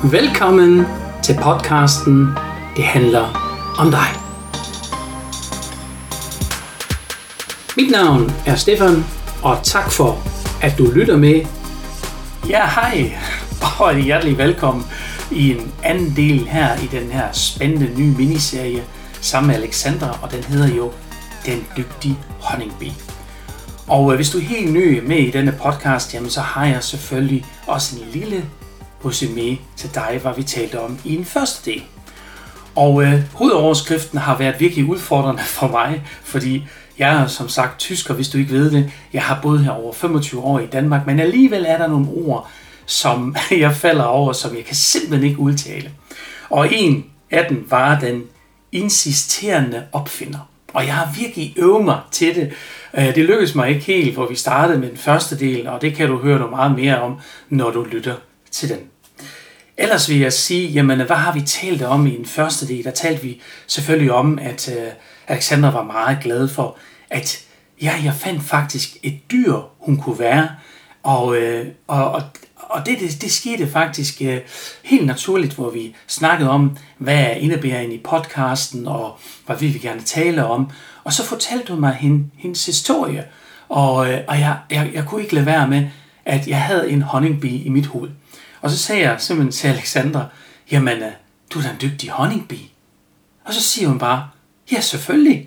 Velkommen til podcasten Det handler om dig. Mit navn er Stefan, og tak for, at du lytter med. Ja, hej, og hjertelig velkommen i en anden del her i den her spændende nye miniserie sammen med Alexandra, og den hedder jo Den Dygtige Honningbi. Og hvis du er helt ny med i denne podcast, jamen så har jeg selvfølgelig også en lille resumé til dig, hvad vi talte om i den første del. Og hovedoverskriften har været virkelig udfordrende for mig, fordi jeg er som sagt tysker, hvis du ikke ved det. Jeg har boet her over 25 år i Danmark, men alligevel er der nogle ord, som jeg falder over, som jeg kan simpelthen ikke udtale. Og en af dem var den insisterende opfinder. Og jeg har virkelig øvet mig til det. Det lykkedes mig ikke helt, hvor vi startede med den første del, og det kan du høre noget meget mere om, når du lytter til den. Ellers vil jeg sige, jamen hvad har vi talt om i den første del? Der talte vi selvfølgelig om, at Alexandra var meget glad for, at jeg fandt faktisk et dyr, hun kunne være. Og det skete faktisk helt naturligt, hvor vi snakkede om, hvad indebærer i podcasten, og hvad vi vil gerne tale om. Og så fortalte hun mig hendes historie, og jeg kunne ikke lade være med, at jeg havde en honningbi i mit hoved. Og så sagde jeg simpelthen til Alexandra, jamen, du er da en dygtig honningbi. Og så siger hun bare, ja, selvfølgelig.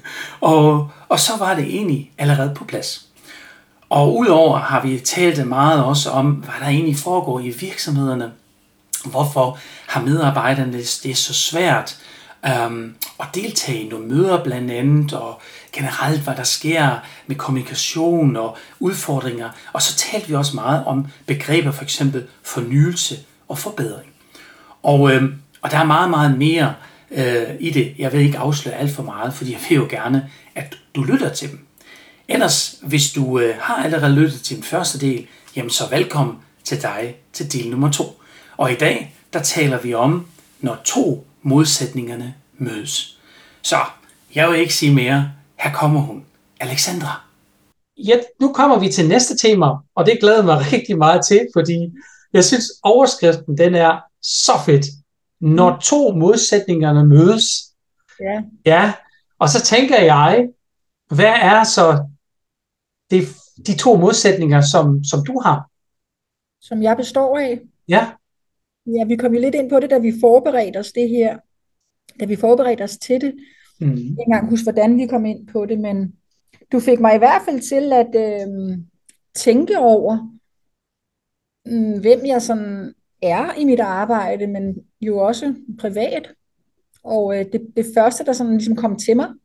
og så var det egentlig allerede på plads. Og udover har vi talt meget også om, hvad der egentlig foregår i virksomhederne. Hvorfor har medarbejderne det er så svært at deltage i nogle møder blandt andet, og generelt hvad der sker med kommunikation og udfordringer. Og så talte vi også meget om begreber, for eksempel fornyelse og forbedring. Og der er meget, meget mere i det. Jeg vil ikke afsløre alt for meget, fordi jeg vil jo gerne, at du lytter til dem. Ellers, hvis du har allerede lyttet til den første del, jamen så velkommen til dig til del nummer 2. Og i dag, der taler vi om, når to modsætningerne mødes. Så, jeg vil ikke sige mere. Her kommer hun, Alexandra. Ja, nu kommer vi til næste tema, og det glæder mig rigtig meget til, fordi jeg synes, overskriften den er så fedt. Når to modsætningerne mødes. Ja. Ja, og så tænker jeg, hvad er så de to modsætninger, som du har? Som jeg består af. Ja. Ja, vi kom jo lidt ind på det, da vi forberedte os det her. Da vi forberedte os til det. Jeg kan ikke engang huske, hvordan vi kom ind på det, men du fik mig i hvert fald til at tænke over, hvem jeg sådan er i mit arbejde, men jo også privat. Og det første, der sådan ligesom kom til mig,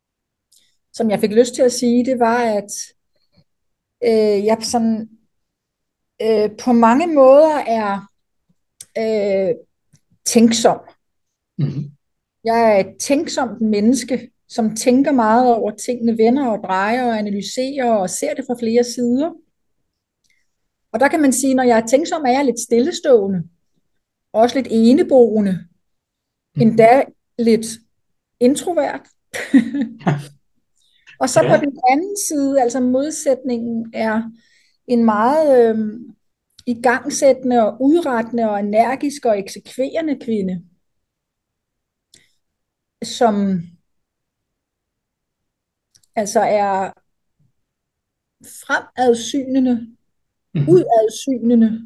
som jeg fik lyst til at sige, det var, at jeg sådan på mange måder er tænksom. Mm-hmm. Jeg er et tænksomt menneske, som tænker meget over tingene, vender og drejer og analyserer og ser det fra flere sider. Og der kan man sige, når jeg er tænksom, er jeg lidt stillestående. Også lidt eneboende. Endda lidt introvert. Og så på den anden side, altså modsætningen, er en meget igangsættende og udrettende og energisk og eksekverende kvinde, som altså er fremadsynende, udadsynende,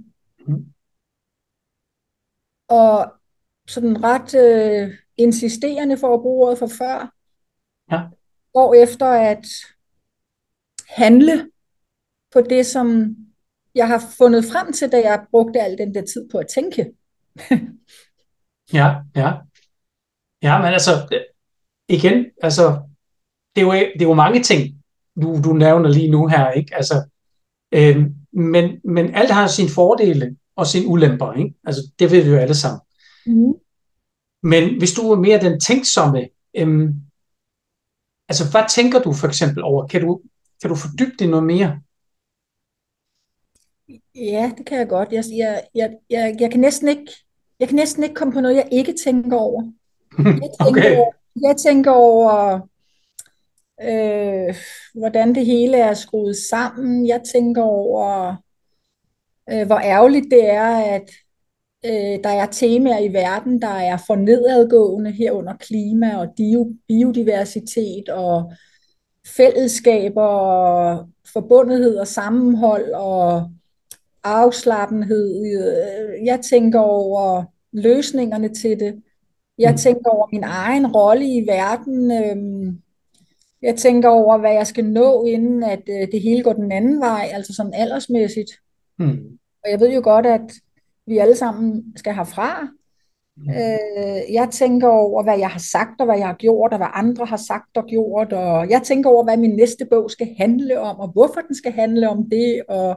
og sådan ret insisterende, for at bruge ordet for før, går efter at handle på det, som jeg har fundet frem til, da jeg brugte al den der tid på at tænke. Ja, men altså, igen, altså, det er jo mange ting, du nævner lige nu her, ikke? Altså, men alt har sine fordele og sine ulemper, ikke? Altså, det ved vi jo alle sammen. Men hvis du er mere den tænksomme, altså, hvad tænker du for eksempel over? Kan du fordybe det noget mere? Ja, det kan jeg godt. Jeg kan næsten ikke komme på noget, jeg ikke tænker over. Jeg tænker over hvordan det hele er skruet sammen. Jeg tænker over, hvor ærgerligt det er, at Der er temaer i verden, der er for nedadgående, herunder klima og biodiversitet og fællesskaber og forbundethed og sammenhold og afslappenhed. Jeg tænker over løsningerne til det. Jeg Mm. tænker over min egen rolle i verden. Jeg tænker over, hvad jeg skal nå, inden at det hele går den anden vej, altså sådan aldersmæssigt. Mm. Og jeg ved jo godt, at vi alle sammen skal herfra. Mm. Jeg tænker over, hvad jeg har sagt, og hvad jeg har gjort, og hvad andre har sagt og gjort. Og jeg tænker over, hvad min næste bog skal handle om, og hvorfor den skal handle om det. Og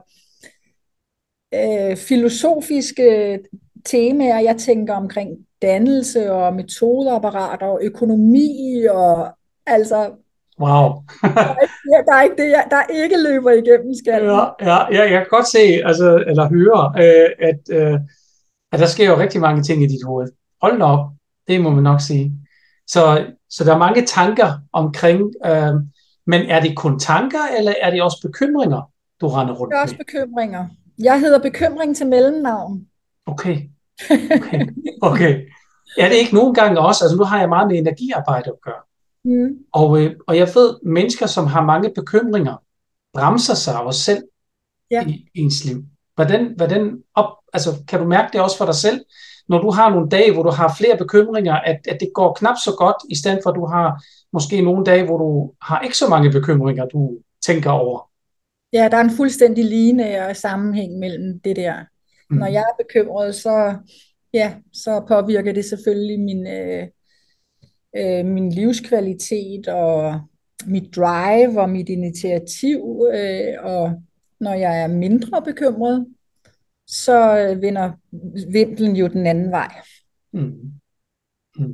filosofiske temaer, jeg tænker omkring dannelse og metodeapparater og økonomi. Og altså, Wow. der er ikke det, der ikke løber igennem Ja, skallen. jeg kan godt se, altså, eller høre, at der sker jo rigtig mange ting i dit hoved. Hold da op, det må man nok sige. Så der er mange tanker omkring, men er det kun tanker, eller er det også bekymringer, du render Det er rundt med? også bekymringer. Jeg hedder Bekymring til mellemnavn. Okay, okay, okay. Er det ikke nogen gange også, altså nu har jeg meget med energiarbejde at gøre, Mm. og jeg ved, mennesker, som har mange bekymringer, bremser sig af os selv Ja. i ens liv. Altså, kan du mærke det også for dig selv, når du har nogle dage, hvor du har flere bekymringer, at det går knap så godt, i stedet for at du har måske nogle dage, hvor du har ikke så mange bekymringer, du tænker over? Ja, der er en fuldstændig lineær sammenhæng mellem det der. Når jeg Mm. er bekymret, så påvirker det selvfølgelig min livskvalitet og mit drive og mit initiativ. Og når jeg er mindre bekymret, så vender vimplen jo den anden vej. Mm. Mm.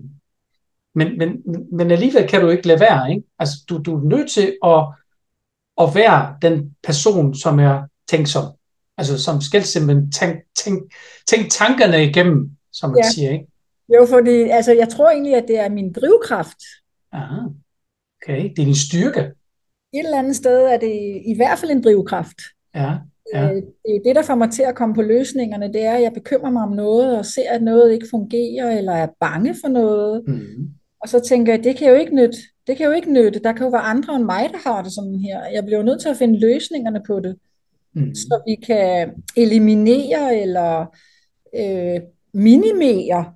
Men alligevel kan du ikke lade være, ikke? Altså, du er nødt til at være den person, som er tænksom. Altså, som skal simpelthen tænke tankerne igennem, som man Ja, siger, ikke? jo, fordi altså, jeg tror egentlig, at det er min drivkraft. Aha, okay. Det er din styrke. Et eller andet sted er det i hvert fald en drivkraft. Ja, ja. Det er det, der får mig til at komme på løsningerne, det er, at jeg bekymrer mig om noget, og ser, at noget ikke fungerer, eller er bange for noget. Mm. Og så tænker jeg, det kan jo ikke nytte. Det kan jo ikke nytte. Der kan jo være andre end mig, der har det sådan her. Jeg bliver jo nødt til at finde løsningerne på det, Mm. så vi kan eliminere eller øh, minimere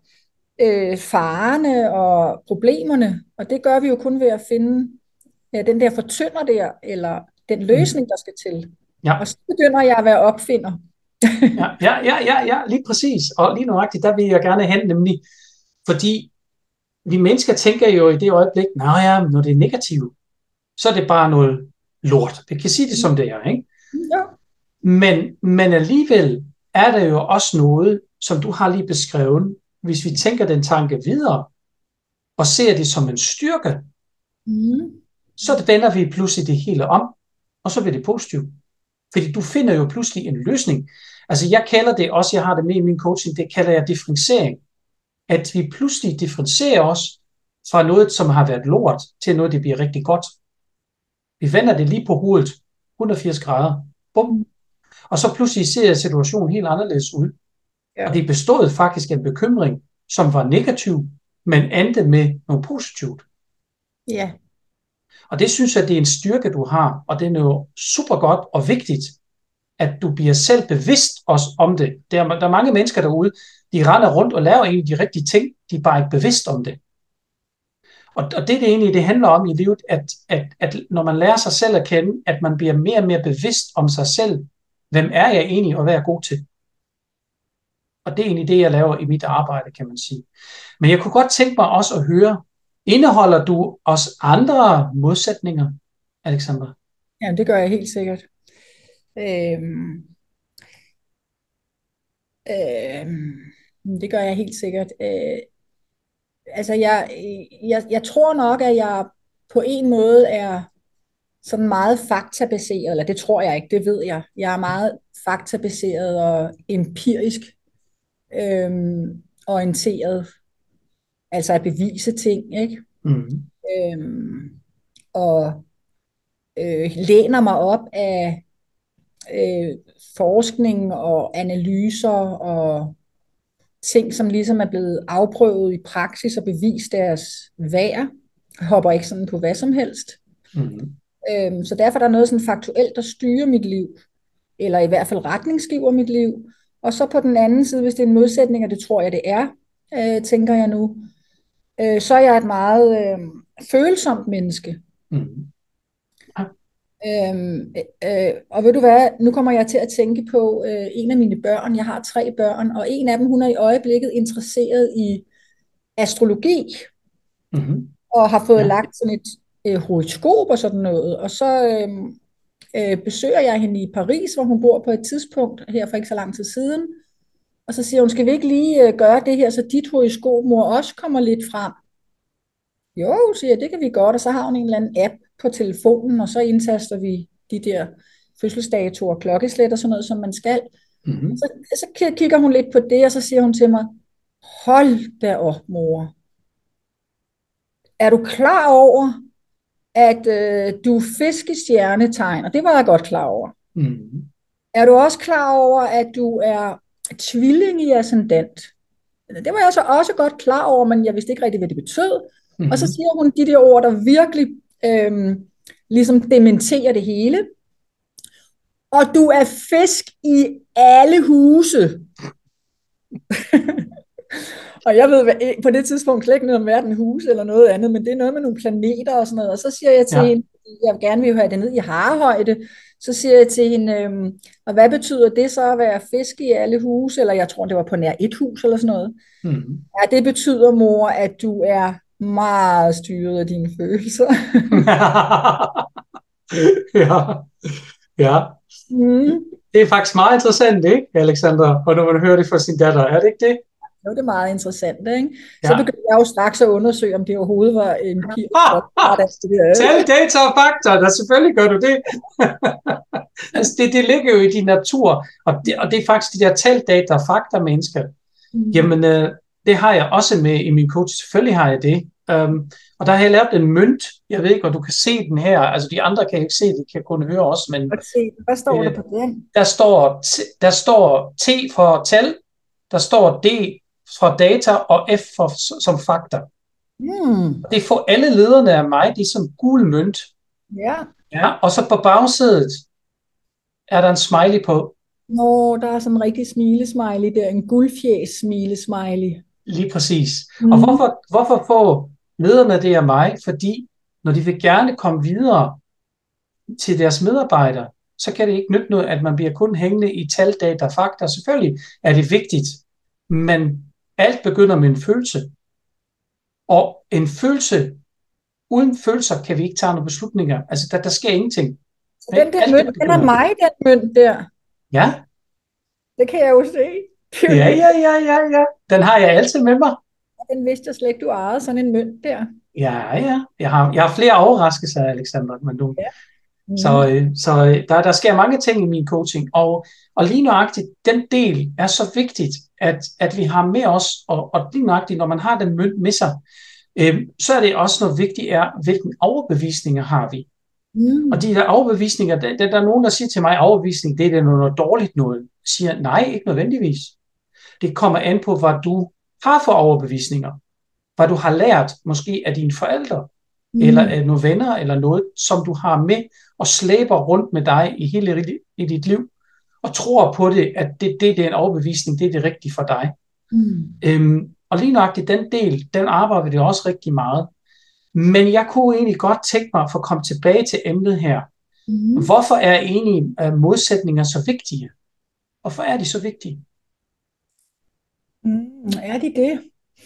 farerne og problemerne. Og det gør vi jo kun ved at finde den der fortynder der, eller den Mm. løsning, der skal til. Ja. Og så begynder jeg at være opfinder. Ja, lige præcis. Og lige nuagtigt, der vil jeg gerne hen, nemlig, fordi vi mennesker tænker jo i det øjeblik, nej ja, når det er negativt, så er det bare noget lort. Vi kan sige det som det er, ikke? Ja. Men alligevel er der jo også noget, som du har lige beskrevet, hvis vi tænker den tanke videre, og ser det som en styrke, Mm. så vender vi pludselig det hele om, og så bliver det positivt. Fordi du finder jo pludselig en løsning. Altså jeg kalder det også, jeg har det med i min coaching, det kalder jeg differentiering. At vi pludselig differentierer os fra noget, som har været lort, til noget, det bliver rigtig godt. Vi vender det lige på hovedet, 180 grader. Bum. Og så pludselig ser situationen helt anderledes ud. Ja. Og det bestod faktisk en bekymring, som var negativ, men endte med noget positivt. Ja. Og det synes jeg, det er en styrke, du har, og det er jo super godt og vigtigt, at du bliver selv bevidst også om det. Der er mange mennesker derude, de render rundt og laver egentlig de rigtige ting, de er bare ikke bevidst om det. Og det egentlig, det handler om i livet, at når man lærer sig selv at kende, at man bliver mere og mere bevidst om sig selv. Hvem er jeg egentlig, og hvad er jeg god til? Og det er egentlig det, jeg laver i mit arbejde, kan man sige. Men jeg kunne godt tænke mig også at høre, indeholder du også andre modsætninger, Alexandra? Ja, det gør jeg helt sikkert. Øhm, det gør jeg helt sikkert. Altså, jeg tror nok, at jeg på en måde er sådan meget faktabaseret, eller det tror jeg ikke, det ved jeg. Jeg er meget faktabaseret og empirisk orienteret, altså at bevise ting, ikke? Mm. Øhm, og læner mig op af forskning og analyser og ting, som ligesom er blevet afprøvet i praksis og bevist deres værd. Jeg hopper ikke sådan på hvad som helst. Mm. Så derfor er der noget sådan faktuelt, der styrer mit liv, eller i hvert fald retningsgiver mit liv. Og så på den anden side, hvis det er en modsætning, og det tror jeg, det er, tænker jeg nu, så er jeg et meget følsomt menneske. Mm. Og ved du hvad, nu kommer jeg til at tænke på en af mine børn. Jeg har 3 børn, og en af dem, hun er i øjeblikket interesseret i astrologi, og har fået lagt sådan et horoskop og sådan noget. Og så besøger jeg hende i Paris, hvor hun bor på et tidspunkt, her for ikke så lang tid siden. Og så siger hun, skal vi ikke lige gøre det her, så dit horoskop, mor, også kommer lidt frem? Jo, siger jeg, det kan vi godt. Og så har hun en eller anden app på telefonen, og så indtaster vi de der fødselsdatoer, klokkeslæt og sådan noget, som man skal. Mm-hmm. Så kigger hun lidt på det, og så siger hun til mig, hold da op, mor. Er du klar over, at du er fiskestjernetegn? Og det var jeg godt klar over. Mm-hmm. Er du også klar over, at du er tvilling i ascendant? Det var jeg så også godt klar over, men jeg vidste ikke rigtig, hvad det betød. Mm-hmm. Og så siger hun de der ord, der virkelig ligesom dementerer det hele. Og du er fisk i alle huse. Og jeg ved på det tidspunkt slet ikke noget om hverken hus eller noget andet, men det er noget med nogle planeter og sådan noget. Og så siger jeg til hende, jeg gerne vil have det ned i harehøjde. Så siger jeg til hende, og hvad betyder det så at være fisk i alle huse? Eller jeg tror, det var på nær et hus eller sådan noget. Mm-hmm. Ja, det betyder, mor, at du er meget styret af dine følelser. Ja. Mm. Det er faktisk meget interessant, ikke, Alexandra? Og når man hører det fra sin datter, er det ikke det? Jo, det er meget interessant, ikke? Så begyndte jeg jo straks at undersøge, om det overhovedet var en pil. Tal, data og fakta, der selvfølgelig gør du det. Altså, det ligger jo i din natur, og det er faktisk de der tal, data og fakta mennesker. Mm. Jamen, det har jeg også med i min coach. Selvfølgelig har jeg det. Og der har jeg lavet en mønt. Jeg ved ikke, om du kan se den her. Altså, de andre kan ikke se det, kan kun høre også. Men, hvad står der på den? Der står T for tal, der står D for data, og F som fakta. Mm. Det får alle lederne af mig, det er som gul mønt. Ja, og så på bagsædet er der en smiley på. Nå, der er sådan en rigtig smilesmiley der, en guldfjæs smilesmiley. Lige præcis. Mm. Og hvorfor får lederne det af mig? Fordi når de vil gerne komme videre til deres medarbejdere, så kan det ikke nytte noget, at man bliver kun hængende i tal, data, fakta. Selvfølgelig er det vigtigt, men alt begynder med en følelse. Og en følelse, uden følelser kan vi ikke tage nogle beslutninger. Altså, der sker ingenting. Så den der mønt, den er mig, den mønt der. Ja. Det kan jeg jo se. Ja. Den har jeg altid med mig. Den vidste jeg slet ikke, du ejede sådan en mønt der. Ja. Jeg har flere overraskelser, Alexandra. Men du... Ja. Mm. Så der sker mange ting i min coaching. Og lige nøjagtigt, den del er så vigtigt, at vi har med os. Og lige nøjagtigt, når man har den mønt med sig, så er det også noget vigtigt, hvilke overbevisninger har vi. Mm. Og de der overbevisninger, der er nogen, der siger til mig, overbevisning, det er noget dårligt noget. Jeg siger, nej, ikke nødvendigvis. Det kommer an på, hvad du har for overbevisninger. Hvad du har lært, måske af dine forældre, eller af nogle venner, eller noget, som du har med, og slæber rundt med dig i hele dit liv, og tror på det, at det er en overbevisning, det er det rigtige for dig. Mm. Og lige nøjagtigt den del, den arbejder vi det også rigtig meget. Men jeg kunne egentlig godt tænke mig for at komme tilbage til emnet her. Mm. Hvorfor er egentlig modsætninger så vigtige? Hvorfor er de så vigtige? Er de det?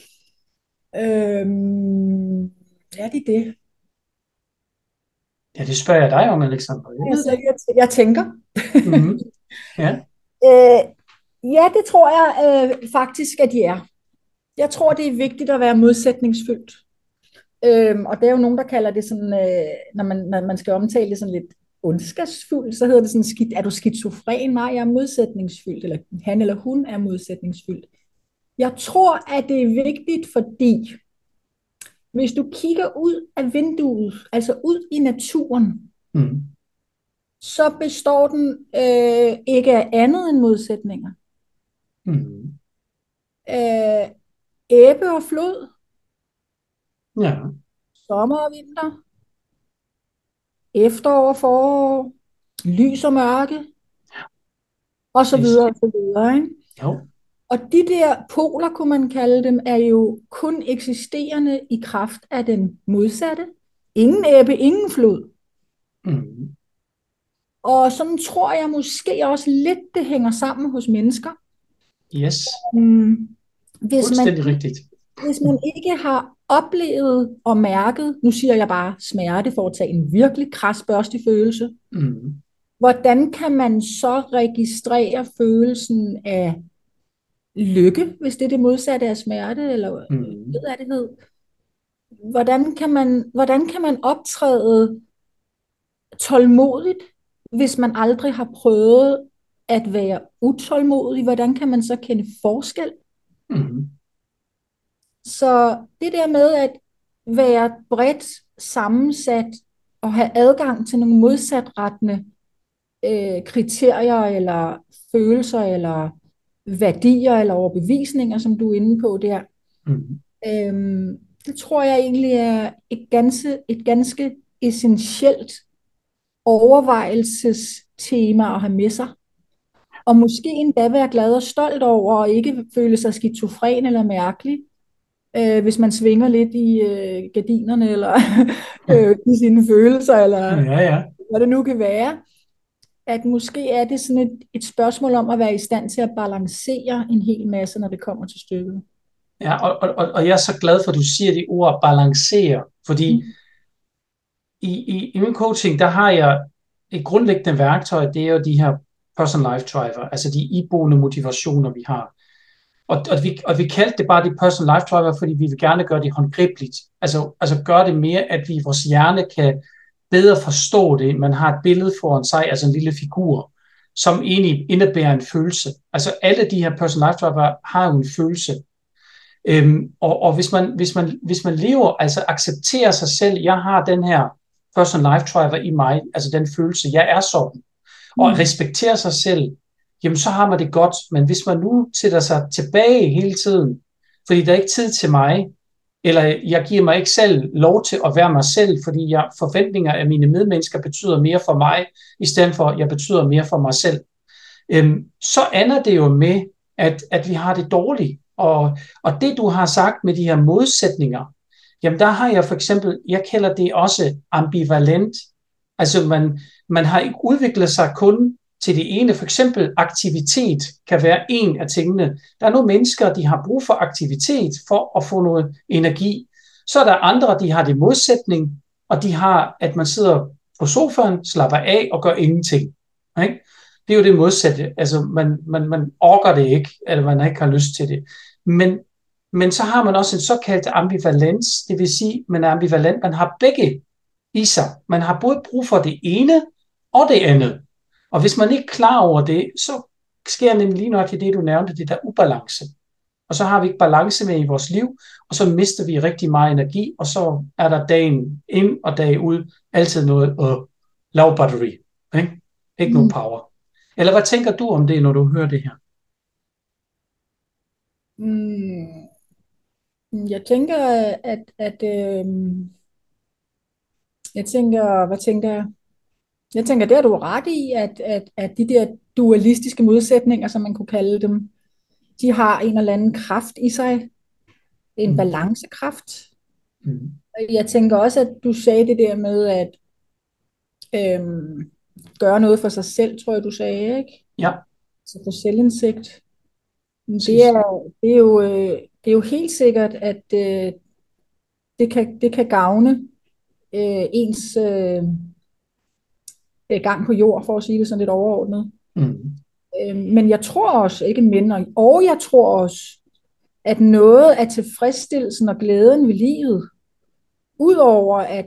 Er de det? Ja, det spørger jeg dig om, Alexandra. Jeg tænker. Mm-hmm. Ja. Ja, det tror jeg faktisk, at de er. Jeg tror, det er vigtigt at være modsætningsfyldt. Og der er jo nogen, der kalder det sådan, når man skal omtale det sådan lidt ondskabsfuldt, så hedder det sådan, er du skizofren? Nej, jeg er modsætningsfyldt, eller han eller hun er modsætningsfyldt. Jeg tror, at det er vigtigt, fordi hvis du kigger ud af vinduet, altså ud i naturen, så består den ikke af andet end modsætninger. Mm. Øh, Ebbe og flod, Ja, sommer og vinter, efterår og forår, lys og mørke, og så præcis. videre og så videre, ikke? Jo. Og de der poler, kunne man kalde dem, er jo kun eksisterende i kraft af den modsatte. Ingen ebbe, ingen flod. Mm. Og sådan tror jeg måske også lidt, det hænger sammen hos mennesker. Yes. Mm, Hvis man, Fuldstændig rigtigt. hvis man ikke har oplevet og mærket, nu siger jeg bare smerte for at tage en virkelig kras børstig følelse, Mm. hvordan kan man så registrere følelsen af lykke, hvis det er det modsatte af smerte eller Mm. kedsomhed? Hvordan kan man optræde tålmodigt, hvis man aldrig har prøvet at være utålmodig? Hvordan kan man så kende forskel? Mm. Så det der med at være bredt sammensat og have adgang til nogle modsatrettende kriterier eller følelser eller værdier eller overbevisninger, som du er inde på der, Mm. det tror jeg egentlig er et ganske essentielt overvejelsestema at have med sig. Og måske endda være glad og stolt over, og ikke føle sig skizofren eller mærkelig, hvis man svinger lidt i gardinerne, eller i sine følelser, eller Ja, ja. hvad det nu kan være. At måske er det sådan et spørgsmål om at være i stand til at balancere en hel masse, når det kommer til stykket. Ja, og jeg er så glad for, at du siger det ord balancere, fordi Mm. i min coaching, der har jeg et grundlæggende værktøj, det er jo de her personal life driver, altså de iboende motivationer, vi har. Og vi kaldte det bare de personal life driver, fordi vi vil gerne gøre det håndgribeligt. Altså gøre det mere, at vi i vores hjerne kan bedre forstå det. Man har et billede foran sig, altså en lille figur, som egentlig indebærer en følelse. Altså alle de her personal life driver har jo en følelse. Og hvis man lever, altså accepterer sig selv, jeg har den her personal life driver i mig, altså den følelse, jeg er sådan, og Mm. respekterer sig selv, jamen så har man det godt. Men hvis man nu sætter sig tilbage hele tiden, fordi der er ikke tid til mig, eller jeg giver mig ikke selv lov til at være mig selv, fordi forventninger af mine medmennesker betyder mere for mig, i stedet for at jeg betyder mere for mig selv, så ender det jo med, at vi har det dårligt. Og det, du har sagt med de her modsætninger, jamen der har jeg for eksempel, jeg kalder det også ambivalent. Altså man har ikke udviklet sig kun til det ene. For eksempel aktivitet kan være en af tingene. Der er nogle mennesker, de har brug for aktivitet for at få noget energi. Så er der andre, de har det modsætning, og de har, at man sidder på sofaen, slapper af og gør ingenting. Ikke? Det er jo det modsatte. Altså man orker det ikke, eller man ikke har lyst til det. Men så har man også en såkaldt ambivalens, det vil sige, man er ambivalent, man har begge i sig. Man har både brug for det ene og det andet. Og hvis man ikke er klar over det, så sker nemlig lige nok i det, du nævnte, det der ubalance. Og så har vi ikke balance med i vores liv, og så mister vi rigtig meget energi, og så er der dagen ind og dag ud altid noget lav batteri. Ikke nogen Mm. power. Eller hvad tænker du om det, når du hører det her? Mm. Jeg tænker, at jeg tænker, hvad tænker jeg? Jeg tænker, det har du ret i, at de der dualistiske modsætninger, som man kunne kalde dem, de har en eller anden kraft i sig, en Mm. balancekraft. Mm. Jeg tænker også, at du sagde det der med at øhm, gøre noget for sig selv, tror jeg, du sagde, ikke? Ja, Så for selvindsigt. Det præcis. er, det er jo, det er jo helt sikkert, at det kan gavne ens gang på jord, for at sige det sådan lidt overordnet. Mm. Men jeg tror også, ikke mindre, og jeg tror også, at noget af tilfredsstillelsen og glæden ved livet, udover at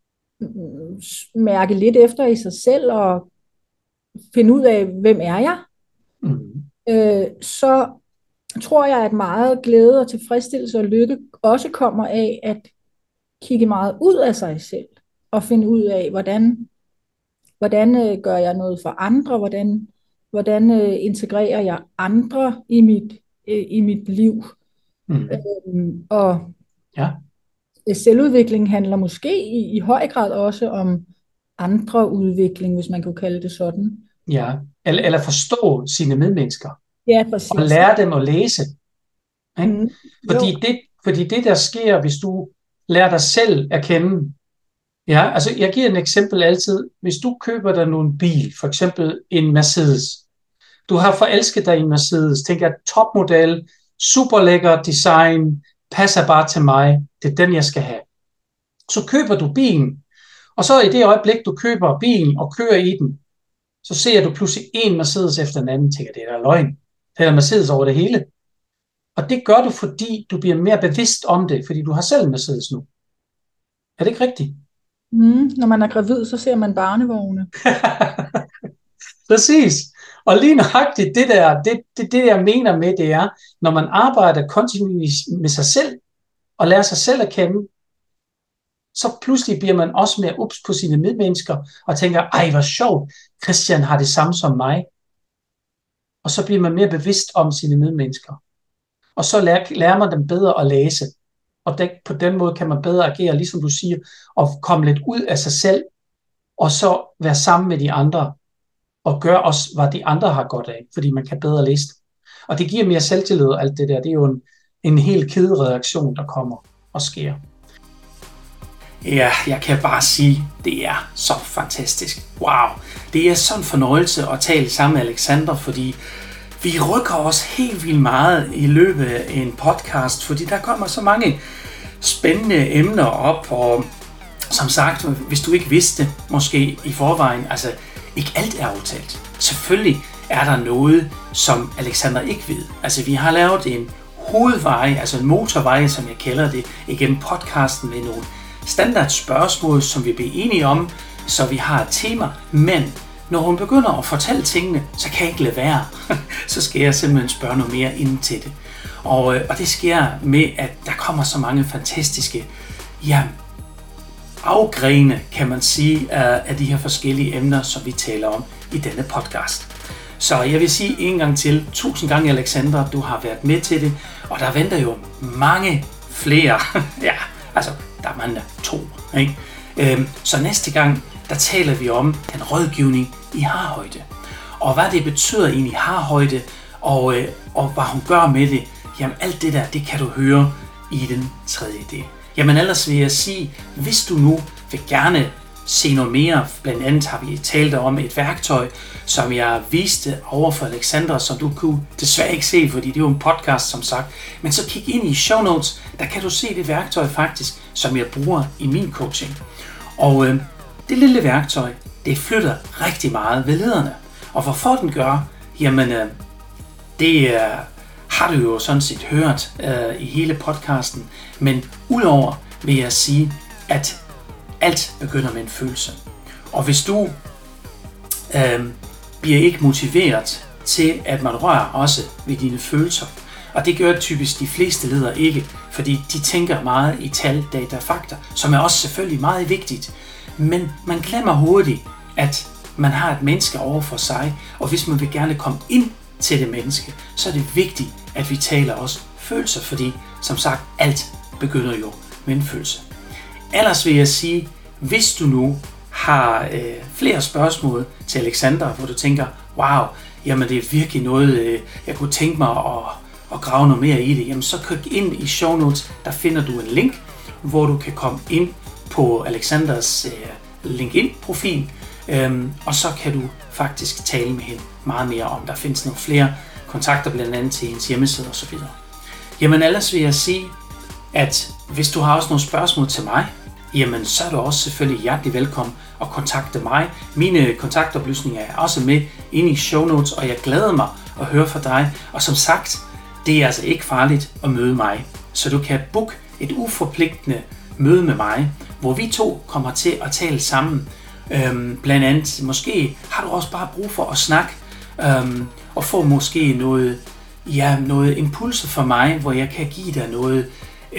mærke lidt efter i sig selv og finde ud af, hvem er jeg, Mm. så tror jeg, at meget glæde og tilfredsstillelse og lykke også kommer af at kigge meget ud af sig selv og finde ud af, hvordan gør jeg noget for andre, hvordan integrerer jeg andre i mit i mit liv. Mm. Og Ja. Selvudvikling handler måske i høj grad også om andre udvikling, hvis man kan kalde det sådan. Ja, eller forstå sine medmennesker. Ja, præcis. Og lære dem at læse. Ikke? Fordi det, der sker, hvis du lærer dig selv at kende. Ja, altså jeg giver et eksempel altid. Hvis du køber dig nogle bil, for eksempel en Mercedes. Du har forelsket dig i en Mercedes, tænker topmodel, super lækker design, passer bare til mig, det er den, jeg skal have. Så køber du bilen, og så i det øjeblik, du køber bilen og kører i den, så ser du pludselig en Mercedes efter den anden, tænker, det er der løgn. Det er Mercedes over det hele. Og det gør du, fordi du bliver mere bevidst om det, fordi du har selv en Mercedes nu. Er det ikke rigtigt? Når man er gravid, så ser man barnevogne. Præcis. Og lige nøjagtigt, det jeg mener med, det er, når man arbejder kontinuerligt med sig selv, og lærer sig selv at kende, så pludselig bliver man også mere ups på sine medmennesker, og tænker, ej, hvor sjovt, Christian har det samme som mig. Og så bliver man mere bevidst om sine medmennesker. Og så lærer man dem bedre at læse. Og på den måde kan man bedre agere, ligesom du siger, og komme lidt ud af sig selv, og så være sammen med de andre, og gøre også, hvad de andre har godt af, fordi man kan bedre læse det. Og det giver mere selvtillid og alt det der. Det er jo en helt kædereaktion, der kommer og sker. Ja, jeg kan bare sige, det er så fantastisk. Wow, det er sådan en fornøjelse at tale sammen med Alexander, fordi vi rykker os helt vildt meget i løbet af en podcast, fordi der kommer så mange spændende emner op, og som sagt, hvis du ikke vidste måske i forvejen, altså ikke alt er aftalt. Selvfølgelig er der noget, som Alexander ikke ved. Altså vi har lavet en hovedvej, altså en motorvej, som jeg kalder det, igennem podcasten med nogle standardspørgsmål, som vi bliver enige om, så vi har et tema, men når hun begynder at fortælle tingene, så kan jeg ikke lade være. Så skal jeg simpelthen spørge noget mere ind til det. Og det sker med, at der kommer så mange fantastiske afgrene, kan man sige, af de her forskellige emner, som vi taler om i denne podcast. Så jeg vil sige en gang til, 1000 gange Alexander, du har været med til det, og der venter jo mange flere. Ja, altså der mangler 2. Ikke? Så næste gang, der taler vi om en rådgivning i harhøjde. Og hvad det betyder egentlig i harhøjde, og hvad hun gør med det, jamen alt det der, det kan du høre i den 3. del. Jamen ellers vil jeg sige, hvis du nu vil gerne se noget mere, blandt andet har vi talt om et værktøj, som jeg viste over for Alexander, som du kunne desværre ikke se, fordi det er jo en podcast som sagt. Men så kig ind i show notes, der kan du se det værktøj faktisk, som jeg bruger i min coaching. Og det lille værktøj, det flytter rigtig meget ved lederne. Og hvorfor den gør, jamen det har du jo sådan set hørt i hele podcasten. Men udover vil jeg sige, at alt begynder med en følelse. Og hvis du bliver ikke motiveret til, at man rører også ved dine følelser, og det gør typisk de fleste ledere ikke, fordi de tænker meget i tal, data og fakta, som er også selvfølgelig meget vigtigt. Men man glemmer hurtigt, at man har et menneske over for sig, og hvis man vil gerne komme ind til det menneske, så er det vigtigt, at vi taler også følelser, fordi som sagt, alt begynder jo med en følelse. Ellers vil jeg sige, hvis du nu har flere spørgsmål til Alexander, hvor du tænker, wow, jamen det er virkelig noget, jeg kunne tænke mig at grave noget mere i det, jamen så klik ind i show notes, der finder du en link, hvor du kan komme ind på Alexanders LinkedIn-profil, og så kan du faktisk tale med hende meget mere om. Der findes nogle flere kontakter, blandt andet til hendes hjemmeside osv. Jamen ellers vil jeg sige, at hvis du har også nogle spørgsmål til mig, jamen så er du også selvfølgelig hjertelig velkommen at kontakte mig. Mine kontaktoplysninger er også med inde i show notes, og jeg glæder mig at høre fra dig. Og som sagt, det er altså ikke farligt at møde mig. Så du kan booke et uforpligtende møde med mig, hvor vi to kommer til at tale sammen. Blandt andet, måske har du også bare brug for at snakke, og få måske noget impulser fra mig, hvor jeg kan give dig noget,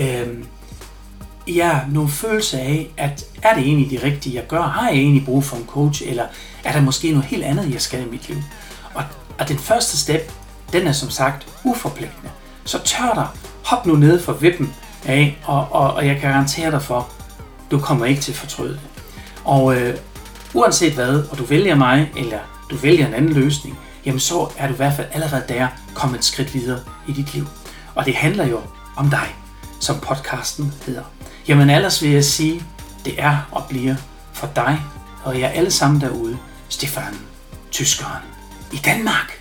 nogle følelser af, at er det egentlig det rigtige, jeg gør? Har jeg egentlig brug for en coach, eller er der måske noget helt andet, jeg skal i mit liv? Og den første step, den er som sagt uforpligtende. så tør dig. Hop nu ned for vippen af, og jeg kan garantere dig for, du kommer ikke til at fortryde det. Og uanset hvad, og du vælger mig, eller du vælger en anden løsning, jamen så er du i hvert fald allerede der kommet et skridt videre i dit liv. Og det handler jo om dig, som podcasten hedder. Jamen ellers vil jeg sige, det er og bliver for dig, og jer alle sammen derude, Stefan, tyskeren i Danmark.